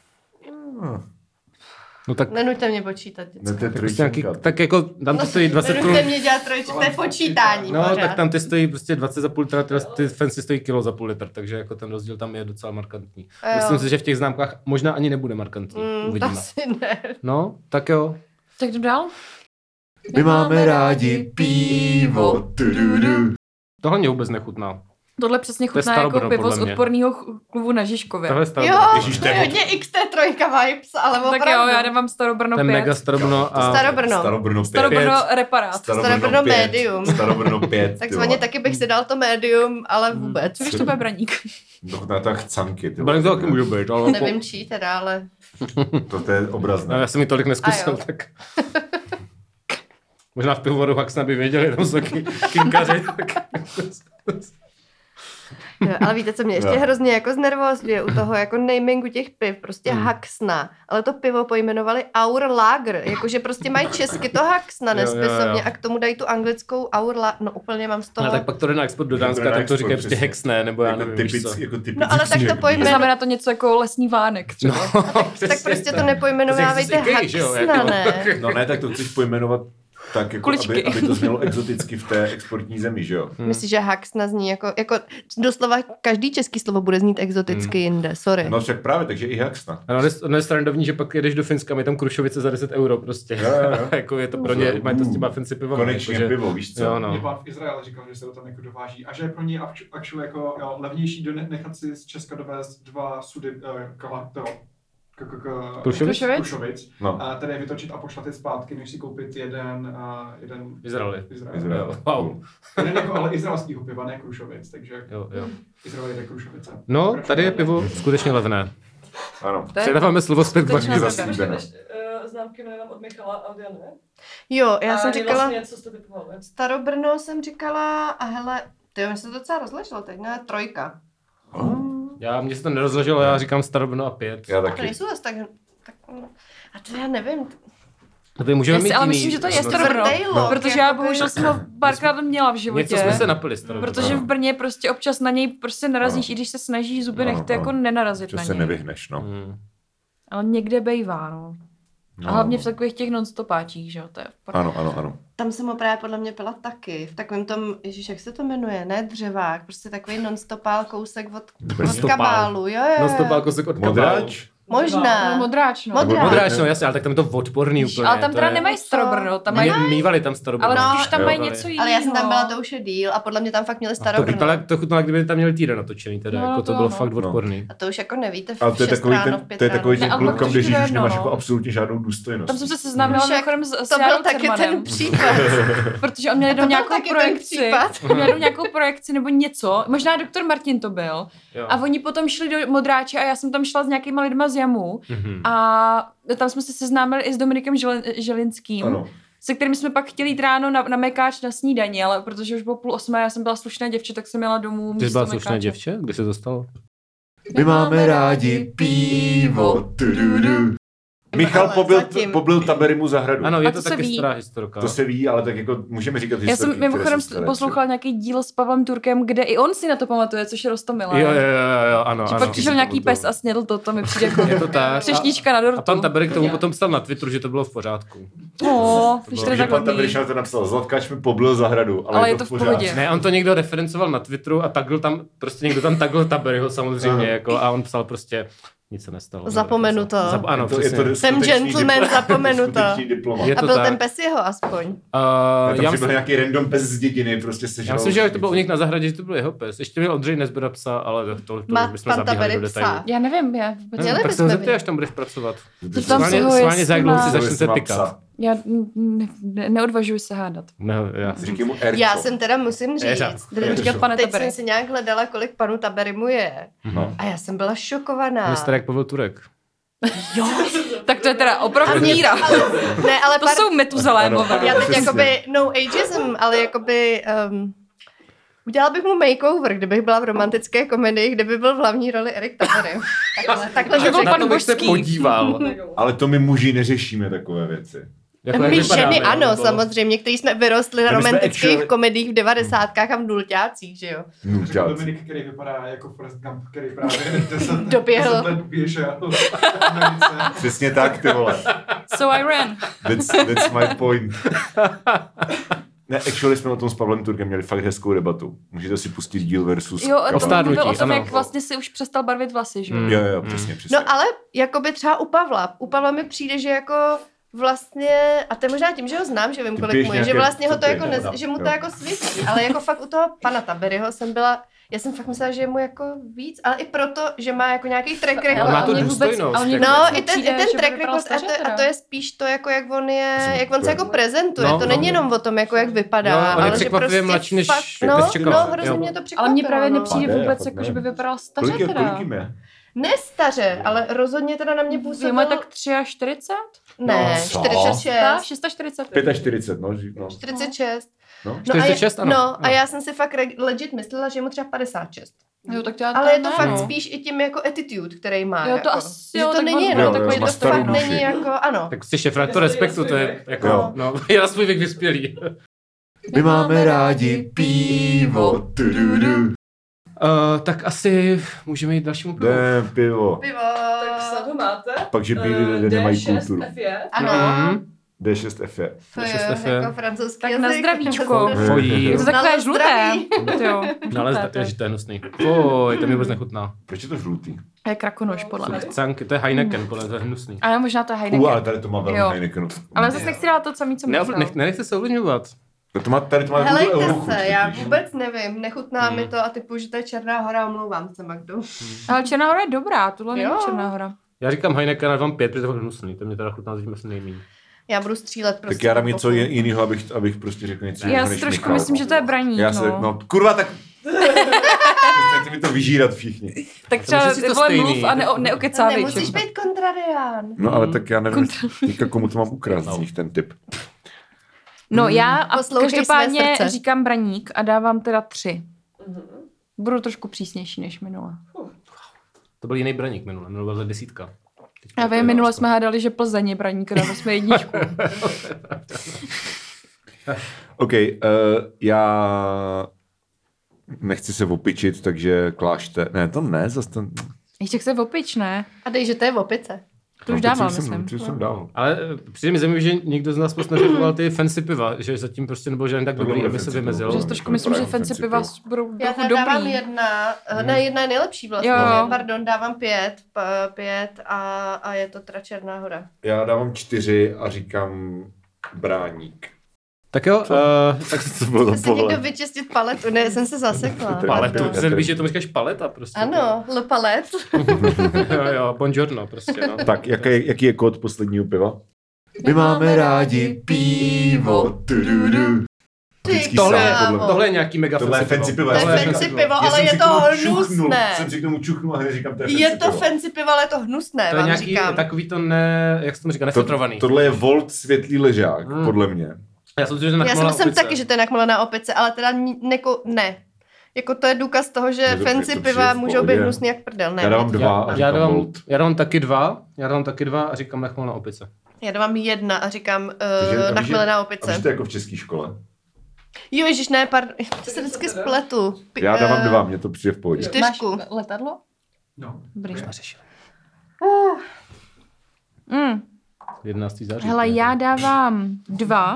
no tak, Nenuďte mě počítat. No to je prostě nějaký, trojčinka. tak jako, tam to stojí 20 korun. Nenuďte mě dělat trojček, to je počítání. No, pořád. tak tam ty stojí prostě 20 za půl litra, ty fancy stojí kilo za půl litr, takže jako ten rozdíl tam je docela markantní. A jo. Myslím si, že v těch známkách možná ani nebude markantní. To Uvidíme. asi ne. No, tak jo. Tak jdem dál. My máme rádi pivo. Tududu. Tohle mě vůbec nechutná. Tohle přesně To je chutná jako Starobrno, pivo podle z mě. odporného klubu na Žižkově. Tohle je Jo, Starobrno. Ježíš, to je hodně XT3 vibes, ale opravdu. Tak jo, já dávám Starobrno To je 5. mega Starobrno a... Starobrno. Starobrno 5. Starobrno reparát. Starobrno medium. Starobrno 5. Takzvaně taky bych si dal to medium, ale vůbec. Co když to bude braník? Dochutná tak chcanky. ty Baník to vole. taky může být, ale... Nevím čí teda, ale... To je No, obrazné. já jsem mi tolik A neskusil, jo. tak... Možná v pivovaru Haxna by věděli, tam jsou taky kinkaři. Jo, ale víte, co mě ještě Jo. hrozně jako znervózňuje u toho jako namingu těch piv, prostě Haxna, ale to pivo pojmenovali Our Lager, jakože prostě mají česky to Haxna Jo, nespisovně jo. a k tomu dají tu anglickou Our Lager, no úplně mám z toho... No, tak pak to jde na export do Dánska, tam to říkají prostě Hexné, nebo já nevím, víš co. No, ale tak to pojme- Znamená to něco jako lesní vánek třeba. tak prostě to nepojmenovávejte Haxna, ne? No ne, tak to chceš pojmenovat tak, jako Kuličky. aby to znělo exoticky v té exportní zemi, že jo? Myslíš, že Haxna zní jako doslova každý český slovo bude znít exoticky jinde, sorry. No však právě, takže i Haxna. Ano, ono je srandovní, že pak jedeš do Finska, mají tam Krušovice za 10 euro prostě. Jo. Jako je to pro ně, mají to s těma fancy pivo. Konečně pivo, víš co? Jo, Mě no. pán v Izraeli říkal, že se to tam jako dováží a že je pro něj actually jako levnější nechat si z Česka dovést 2 sudy Krušovic. No. A tedy je vytočit a pošlat je zpátky, než si koupit jeden Izraeli. Izrael. Wow. Jeden jako, ale izraelskýho piva, ne Krušovic, takže Jo. Izrael jede Krušovice. No, tady je pivo skutečně levné. Ano. To je Předáváme slovo zpět k skutečná Baníku. pravda. Slíbené. známky mám od Michala a Diany. Jo, já jsem říkala, Vlastně něco jste typovali. Starobrno jsem říkala a hele, tyjo, se to docela rozleželo teď, ne? 3. Mně se to nerozložilo, já říkám Starobrno a 5. Já To taky. nejsou zase tak a to já nevím. To by můžeme mít Ale jiný. myslím, že to je No, Starobrno, Tvrdý lok, protože já jakoby- bohužel jsem ho párkrát měla v životě. Něco jsme se napili Starobrno. Protože v Brně prostě občas na něj prostě narazíš, i když se snažíš zuby Ano, nechte jako ano. nenarazit Že na se něj. nevyhneš, no. Ale někde bejvá, no. A hlavně v takových těch non-stopáčích, že jo, to je Ano. Tam jsem ho právě podle mě pila taky. V takovém tom, ježiš, jak se to jmenuje, ne dřevák, prostě takový non-stopál kousek od kabálu, jo. Non-stopál kousek od kabálu. Modráč? Možná. No, modráč, no. Modráč, no jasně, ale tak tam je to odporný úplně. Ale tam to teda je- nemají Starobrno, tam mají... Mívali tam Starobrno. Ale No, už tam jo, mají ale- něco jiného. Ale já jsem tam byla to už je díl a podle mě tam fakt měli Starobrno. To chutnalo, kdyby tam měli týden natočený teda, No, jako to to bylo ano. fakt odporný. A to už jako nevíte v Ale to je 6 takový ráno, v ten, 5 to je takový ráno. ten Ne, ale klub, kam protože když to je už jedno, nemáš no. jako absolutně žádnou důstojnost. Tam jsem se seznámila mimochodem s To byl Jarou taky Cermanem, ten případ. protože on měl jednou To byl nějakou taky ten projekci. případ. On měl jednou nějakou projekci nebo něco, možná doktor Martin to byl. Jo. A oni potom šli do Modráče a já jsem tam šla s nějakýma lidma z Jamu Mhm. a tam jsme se seznámili i s Dominikem Želinským, Ano. se kterým jsme pak chtěli jít ráno na Mekáč na snídani, ale protože už bylo 7:30 a já jsem byla slušné děvče, tak jsem jela domů. Ty jsi místo byla slušné Mekáče. děvče? Kdy se to stalo? My máme rádi pivo. Tududu. Michal Ale zatím. poblil Taberimu zahradu. Ano, A je to to se taky ví. stará historka. To se ví, ale tak jako můžeme říkat Já historky, jsem mimochodem které jsou staré, poslouchala nějaký díl s Pavlem Turkem, kde i on si na to pamatuje, což je roztomilé. Jo, ano, Že ano. pak přišel nějaký pes a snědl to mi přijde jako Je to tak. třešnička na dortu. A pan Taberek tomu potom psal na Twitteru, že to bylo v pořádku. Když to bylo- je Že tak pan hodný. Taberiš na to napsal, Zlatkáč mi poblil zahradu, Ale je to v pohodě. Ne, on to někdo referencoval na Twitteru a tagl tam, prostě někdo tam tagl Taberyho samozřejmě, jako, a on psal prostě, nic se nestalo. Zapomenu to. Ano, To je přesně. to Jsem gentleman, zapomenu to. skutečný diplomat. Je A to byl tak. ten pes jeho aspoň. Tam já byl myslím, nějaký random pes z dědiny, prostě sežral. já myslím, že to bylo u nich na zahradě, že to byl jeho pes. Ještě měl Ondřej Nezbeda psa, ale to Má už bychom pan zabíhali Tabery do detailů. psa. Já nevím, já vůbec Měli Tak se bychom ho zeptej, být. až tam budeš pracovat. tam si ho Sválně za jestli jak dlouho si má- začnete tykat. Já neodvažuji se hádat. Ne, já si Říkej mu Erko. Já jsem teda musím Éřa. říct, Budu říkat pane teď Tabery. jsem si nějak hledala, kolik panu Taberimu je. No. A já jsem byla šokovaná. Mistr jak Pavel Turek. Tak to je teda opravdu mě- míra. Ne, ale To jsou metuzalémové. já teď Přesně. jakoby, no ageism, ale jakoby, udělal bych mu makeover, kdybych byla v romantické komedii, kde by byl v hlavní roli Erik Tabery. Takhle Že to byl Na pan to bych se Božský. podíval. Ale to my muži neřešíme takové věci. Jako, jak My vypadáme, ženy jo, ano, nebo- samozřejmě, kteří jsme vyrostli na My jsme romantických actually- komediích v 90kách a v nulťácích, že jo? Nuťat. Dominik, který vypadá jako Forrest Gump, který právě 10 Doběhl. 10 let běžel v Americe. Přesně tak, ty vole. So I ran. That's my point. Ne, actually jsme o tom s Pavlem Turkem měli fakt hezkou debatu. Můžete si pustit díl versus Jo, kabát. Stárnutí, mluvil o tom, ano. jak vlastně si už přestal barvit vlasy, že jo? Jo, přesně. No ale jakoby třeba u Pavla. U Pavla mi přijde, že jako vlastně, a to je možná tím, že ho znám, že vím, Ty kolik piješ mu je, že nějaké vlastně ho to cukry, jako, nebo voda. že mu to Jo. jako svědčí, ale jako fakt u toho pana Taberyho jsem byla, já jsem fakt myslela, že je mu jako víc, ale i proto, že má jako nějaký track Ale record. má tu mě vůbec- důstojnost, ale mě jako- No, vůbec i ten nepřijde, že by track vypadal record staře a teda. to je spíš to, jako jak on je, Jsem jak on se jako úplně- prezentuje, No, to není jenom o tom, jako jak vypadá, No, on je ale že překvapivě prostě mladší, než fakt, bys no, čekal. no, hrozně Jo. mě to překvapilo. Ale mně právě no. nepřijde Pade, vůbec, fakt jako, ne. že by vypadal staře Kolik teda. jim je? Ne staře, ale rozhodně teda na mě působil... Je mu tak 43? Ne, No, co? 46. 645. 45, no. 46. No. No 46, a, ano. No, a já jsem si fakt legit myslela, že je mu třeba 56. Jo, tak to já Ale je to ne, fakt no. spíš i tím jako attitude, který má. Jo, to jako. asi, že jo, to tak není on- jenom jo, takový, má to starou fakt duši. není jako, ano. Tak jsi šefrák, to respektu, to je jako, Jo. no, je na svůj věk vyspělý. My máme rádi pivo. Tududu. Tak asi můžeme jít k dalšímu pivu. Ne, pivo. Pivo. Tak snad ho máte. Pak, že bílí lidé nemají kulturu. D6F. Ano. Mhm. D6F je. To je jako francouzský Tak jazyk. na zdravíčko. Fojí. Je to takové Znalost žluté. zdraví. Jo, Ale žluté to je. že to je hnusný. Oj, to mi vůbec nechutná. Proč je to žlutý? To je krakonoš, podle mě. Canky, to je Heineken, podle mě to je hnusný. Ale možná to je Ale Heineken. tady to má velmi Jo. Heineken. Ale zase nechci dát to samý, co Ne, myslel. nenechte se ovlivňovat. Tady to má Helejte eurochuť, se, já totiž. vůbec nevím, nechutná mi to a typu, že to je Černá hora, omlouvám se, Magdo. Ale Černá hora je dobrá, tohle není Jo. Černá hora. Já říkám Heineken a dám 5, protože to je fakt hnusný. To mě teda chutná zatím asi nejméně. Já budu střílet prostě. Tak já dám do něco boku. jiného, abych prostě řekl něco Já jiného si než trošku Michal. myslím, že to je braník, Já se, no. no, kurva, tak Přestaňte mi to vyžírat všichni. Tak třeba může si to vole stejný. mluv a neokecávej. Nemusíš být kontrarián. No ale tak já nevím, teďka komu to mám ukrást z nich ten tip. No já a Poslouchej své každopádně srdce. říkám Braník a dávám teda 3. Budu trošku přísnější než minule. To byl jiný Braník minule byla 10. Já vím, minule jsme hádali, že Plzeň je Braník, dávali jsme 1. OK, já nechci se opičit, takže klášter. Ne, to ne, zase to... Ještě se opič, ne? A dej, že to je v opice. To už dával, myslím. Jsem dával. Ale přijde mi zajímavé, že někdo z nás moc neřekoval ty fancy piva, že zatím prostě nebylo žádný tak To dobrý, bylo aby se fancy vymezil. pivo. Že trošku myslím, že fancy piva budou Já trochu teda dávám dobrý. 1, ne, 1 je nejlepší vlastně, Jo. pardon, dávám 5 a je to teda Černá hora. Já dávám 4 a říkám Bráník. Tak jo, tak To bylo za Chce si někdo pohled. vyčistit paletu? Ne, jsem se zasekla. paletu. Pardon. Ty víš, že to říkáš paleta prostě. Ano, le palet. jo, buongiorno prostě, no. Tak, jaký je kód posledního piva? My máme rádi pivo. Tududu. Vždycky Ty sám, krávo. podle mě. Tohle je nějaký mega Tohle je fancy pivo. To je Tohle fancy pivo. pivo, Já ale jsem je si to k tomu čuchnul. hnusné. Jsem si k tomu čuchnul a hned říkám, to je fancy Je to pivo. fancy pivo, ale je to hnusné, To je vám nějaký říkám. takový to ne, jak se to říká, nefiltrovaný. Tohle je Volt světlý ležák, podle mě. Já jsem si, že Já si myslím taky, že to je nakmalená opice, ale teda ne. Jako to je důkaz toho, že Dobře, fancy to piva přijde v můžou být pohodě. hnusný jak prdel. Ne, Já dávám 2 a já říkám dávám, Volt. já dávám taky dva a říkám nechmal na opice. já dávám 1 a říkám Takže- a nakmalená A opice. to je jako v české škole. Jo, ježiš, ne, pardon, to se vždycky spletu. Já dávám 2, mně to přijde v pohodě. 4. Máš letadlo? No. Dobrý. Neřešil. Mm. 11. září. Hele, já dávám 2.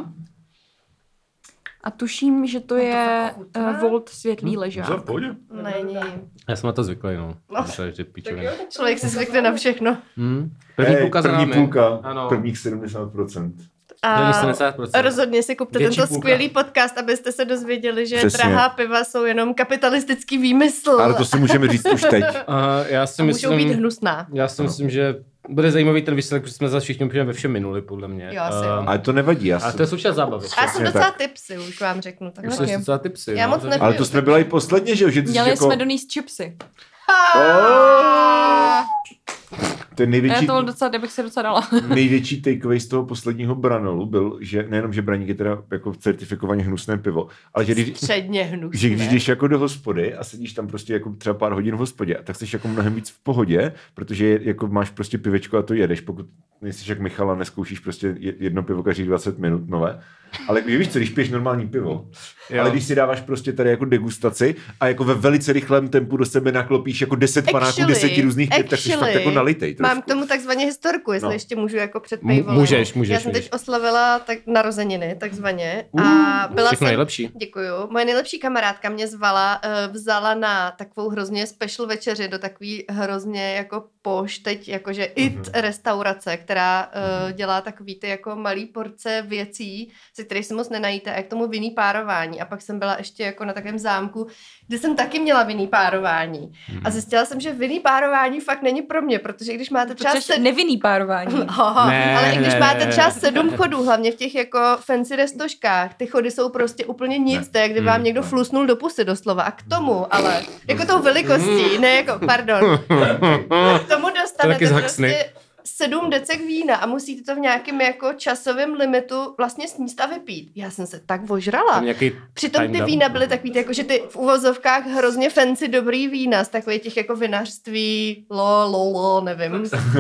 A tuším, že to je Volt světlý ležák. V pohodě. Není. Já jsem na to zvyklý, no. No. Myslel, že pičovina. Člověk si zvykne na všechno. První půlka za první námi. půlka, Ano. prvních 70%. A 70%. rozhodně si kupte Větší tento půlka. skvělý podcast, abyste se dozvěděli, že Přesně. drahá piva jsou jenom kapitalistický výmysl. Ale to si můžeme říct už teď. Já si a můžou být myslím, hnusná. já si myslím, že bude zajímavý ten výsledek, protože jsme zase všichni úplně ve všem minuli, podle mě. Jo, asi jo. Ale to nevadí. A to je součást zábavy. A já jsem Přesně docela tak. tipsy, už vám řeknu. Tak Už jsou docela tipsy. Já moc to- nepiju. Ale to jsme byla i posledně, že jo? Že ty jsi Měli jako... jsme doníst chipsy. Ten Já největší, to docela, bych si docela dala. největší takeaway z toho posledního Branolu byl, že nejenom, že Braník je teda jako certifikovaně hnusné pivo, ale že když, Středně hnusné. že když jdeš jako do hospody a sedíš tam prostě jako třeba pár hodin v hospodě, tak jsi jako mnohem víc v pohodě, protože jako máš prostě pivečko a to jedeš, pokud nejsi jak Michal a neskoušíš prostě jedno pivo každých 20 minut nové. Ale víš co, když piješ normální pivo, Jo. ale když si dáváš prostě tady jako degustaci a jako ve velice rychlém tempu do sebe naklopíš jako 10 panáků, 10 různých piv, tak jsi fakt jako nalitej trošku. Mám k tomu takzvaně historku, jestli No. ještě můžu jako před paywallem. Můžeš. Já jsem teď oslavila tak narozeniny, takzvaně. A byla Všechno jsem, nejlepší. Děkuju. Moje nejlepší kamarádka mě zvala, vzala na takovou hrozně special večeři do takový hrozně jako poš, teď jakože IT restaurace, která dělá takový ty jako malý porce věcí, se kterých se moc nenajíte, a k tomu vinný párování. A pak jsem byla ještě jako na takovém zámku, kde jsem taky měla vinný párování. A zjistila jsem, že vinný párování fakt není pro mě, protože když máte třeba Protože nevinný párování. ale i když ne, máte ne, třeba ne. 7 chodů, hlavně v těch jako fancy restoškách, ty chody jsou prostě úplně nic, to je, kdyby vám někdo flusnul do pusy doslova. A k tomu, ale jako tou velikostí, ne jako, pardon, k tomu taky dostanete zhaxny. prostě 7 decek vína a musíte to v nějakém jako časovém limitu vlastně sníst a vypít. Já jsem se tak ožrala. Tam nějaký Přitom ty time down. vína byly takový, jako, že ty v uvozovkách hrozně fancy dobrý vína z takových těch jako vinařství, nevím.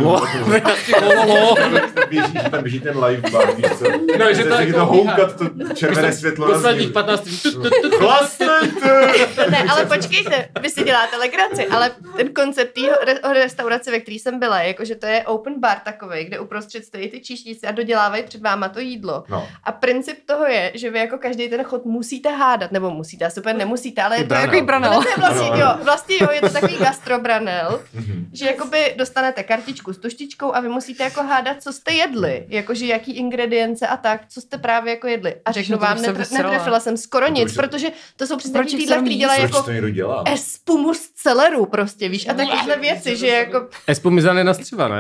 Že tam běží ten live bar, víš co? No, že to Že jako to houkat, to červené světlo. Posledních 15 Chlastnete! Ne, ale počkejte, vy si děláte legraci, ale ten koncept té restaurace, ve které jsem byla, jakože to je open bar takovej, kde uprostřed stojí ty číšníci a dodělávají před váma to jídlo. No. A princip toho je, že vy jako každý ten chod musíte hádat, nebo musíte, asi úplně nemusíte, ale je to branel. jako branel. Ale to je vlastně jo, je to takový gastrobranel, že jakoby dostanete kartičku s tuštičkou a vy musíte jako hádat, co jste jedli, jakože jaký ingredience a tak, co jste právě jako jedli. A řeknu to bych vám, se vysrala. netrefila jsem skoro nic, už- protože to jsou přesně Proč takový jich týdle, tam který jíst? dělají Proč jako to někdo dělá? espumu z celeru prostě, víš, a takovéhle věci, že jako Espumizane na střeva, ne?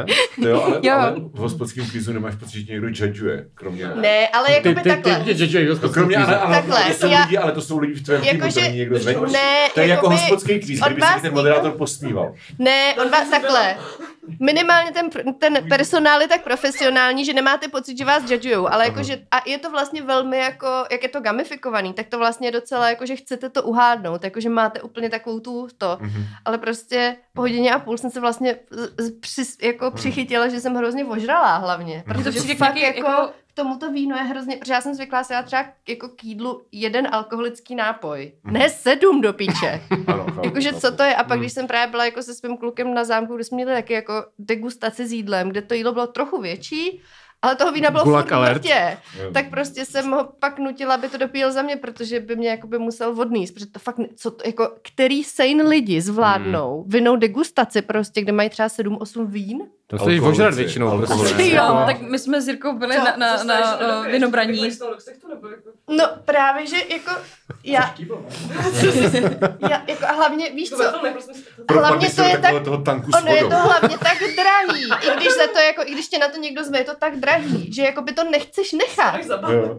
To jo, ale, Jo. ale v hospodském kvízu nemáš pocit, že někdo judgeuje, kromě... Ne, ale jakoby takhle. No, kromě, Takhle, to jsou já- lidi, ale to jsou lidi v tvém týmu, Jakože- to není někdo zvenčí. Ne, To je jako jakoby hospodský kvíz, od kdyby se vás ti ten nikdo- moderátor posmíval. Ne, on vás takhle. Minimálně ten personál je tak profesionální, že nemáte pocit, že vás judgeujou, ale jakože, a je to vlastně velmi jako, jak je to gamifikovaný, tak to vlastně je docela jako, že chcete to uhádnout, jakože máte úplně takovou to, ale prostě po hodině a půl jsem se vlastně přichytila, že jsem hrozně ožralá hlavně, protože přijde fakt nějaký jako k tomuto víno je hrozně, protože já jsem zvyklá si dát třeba jako k jídlu 1 alkoholický nápoj, ne 7 do piče. Ano, Jakože co to je? A pak, když jsem právě byla jako se svým klukem na zámku, kde jsme měli taky jako degustaci s jídlem, kde to jídlo bylo trochu větší, ale toho vína bylo Gulag furt alert. mrtě. Tak prostě jsem ho pak nutila, aby to dopíjel za mě, protože by mě jakoby musel odníst, protože to fakt, co to, jako, který sane lidi zvládnou vinou degustaci prostě, kde mají třeba 7-8 vín? To chceš ožrat většinou. Alkoholici. Prostě. Jo. Tak my jsme s Jirkou byli Co? na vinobraní. No právě, že jako já jako a hlavně, víš co, hlavně to je tak, toho tanku s ono je vodou. to hlavně tak drahý, i když tě na to někdo zve, je to tak drahý, že jako by to nechceš nechat. Jo.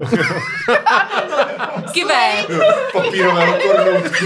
Kivé. Papírového kornoutku.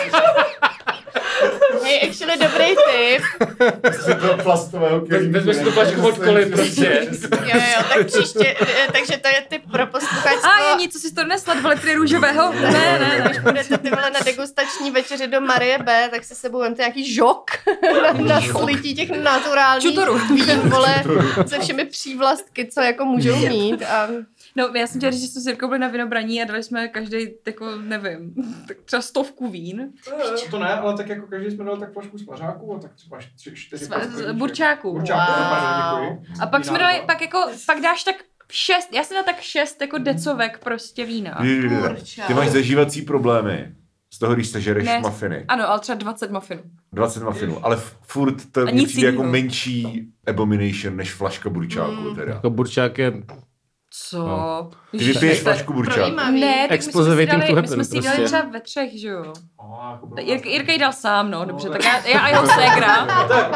Hej, actually dobrý tip. Z plastového kelímku. Vezmeš si tu flašku od koly prostě. Jo, tak příště, takže to je tip pro posluchačstvo. A je nic, co jsi to nesla, 2 litry růžového? Ne. Když budete ty vole na degustační večeři do Marie B, tak si sebou vemte nějaký žok na slití těch naturálních Čutoru. vín, vole, se všemi přívlastky, co jako můžou mít. A No, já jsem chtěla říct, že jsme s Jirkou byli na vinobraní a dali jsme každý jako, nevím, tak třeba 100 vín. To ne, ale tak jako každý jsme dali tak flašku smažáků a tak třeba 4 Z burčáků. Burčáků, Wow. pardon, děkuji. A pak jsme dali, pak dáš tak 6, já jsem dala tak 6 jako decovek prostě vína. Ty máš zažívací problémy z toho, když sežereš Ne. mafiny. Ano, ale třeba 20 muffinů. 20 muffinů, ale furt to A mi nic přijde jako jinýho. menší abomination než flaška burčáku teda. Jako burčák je Co? No. Ty vypiješ flašku burčáku. projímavý. Ne, tak Explosive my jsme waiting to si happen, dali prostě. třeba ve 3, že jo? Jako Jirka jí dal sám, no, dobře, tak já a jeho ségra.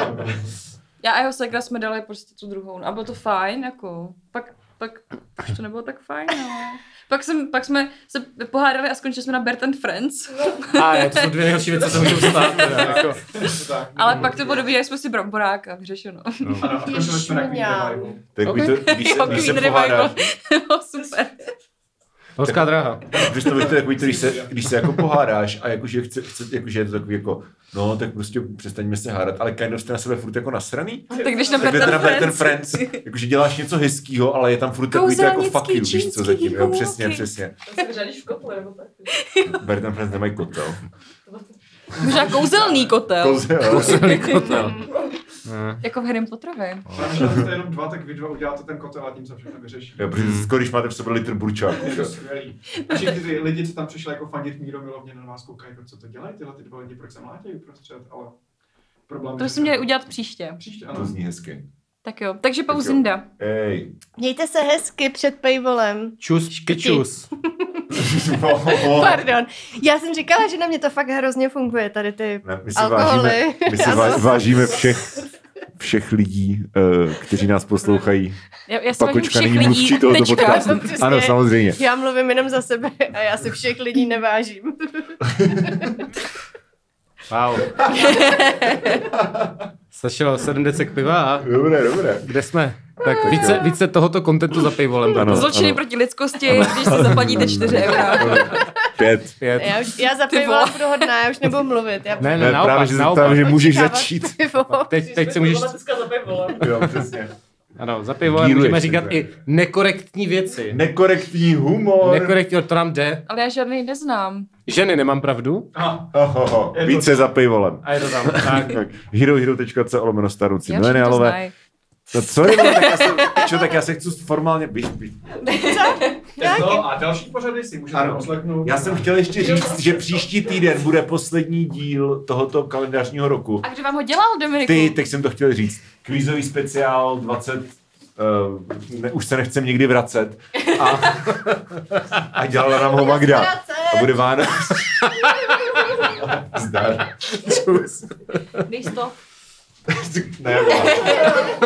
Já a jeho ségra jsme dali prostě tu druhou, a bylo to fajn, jako, pak už to nebylo tak fajn, no. Pak jsme se pohádali a skončili jsme na Bert and Friends. A to jsou 2 nejhorší věci, co můžou stát. Teda, jako. Ale pak to bylo dobrý, jak jsme si bramborák a vyřešeno. Ano, a končili jsme na Queen Revival. Takový to, když se Queen pohádáš, Revival. Super. Horská dráha. představit to takový to, když se jako pohádáš a jakože jakože je to takový jako, no tak prostě přestaňme se hádat, ale kind of jste na sebe furt jako nasraný. Tak když na Tak Bert je and ten Friends. Friends, jakože děláš něco hezkýho, ale je tam furt takový to jako fuck you, víš co zatím, jo, přesně. Řadíš v kotle, nebo tak. Bert and Friends nemají kotel. Možná kouzelný kotel. Kouzelný kotel. Jako v Harry Potterovi. Když jste jenom 2, tak vy 2 uděláte ten kotel a tím se všechno vyřeší. Jo, protože skoro když máte v sobě litr burčáku. Je to skvělý. A všichni ty lidi, co tam přišli jako fandit míromilovně, na vás koukají, jako co to dělají tyhle ty 2 lidi, proč se mlátějí uprostřed, ale problém To je, jsme měli udělat příště. příště, To ano. zní hezky. Tak jo, takže pauzinda. Ej. Mějte se hezky před paywallem. Čus, kečus. Pardon. Já jsem říkala, že na mě to fakt hrozně funguje, tady ty Ne, my si alkoholy. vážíme všech lidí, kteří nás poslouchají. Já si vážím Pakočka všech není lidí, mluvčí tohoto tečka. podcastu. Přesně. Ano, samozřejmě. Já mluvím jenom za sebe a já si všech lidí nevážím. Wow. Stačilo 7 decek piva a Dobré. kde jsme? Tak více tohoto kontentu za paywallem. Ano. Zločiny proti lidskosti, když si zaplatíte 4 eura. 5. 5. Já za pivo budu hodná, já už nebudu mluvit. Já Ne, Ne, naopak, právě, že se naopak. tam, že můžeš očekávat začít. pivo. Teď si můžeš... Dneska za pivo. Jo, přesně. Ano, za pivo můžeme říkat i nekorektní věci. Nekorektní humor. Nekorektní, to nám jde. Ale já žádný neznám. Ženy, nemám pravdu. Aha. Více za paywallem. A je to tam. Tak. Tak, herohero.co/starnoucí Já všechno mileniálové. znají. No co je, tak já se chci formálně... No a další pořady si můžete Ano. poslechnout. Já jsem chtěl ještě říct, že příští týden bude poslední díl tohoto kalendářního roku. A kdo vám ho dělal, Dominiku? Ty, teď jsem to chtěl říct. Kvízový speciál 20... už se nechcem nikdy vracet. A dělala nám ho Magda. A bude Vánoc. Zdar. Dej 100. Ne,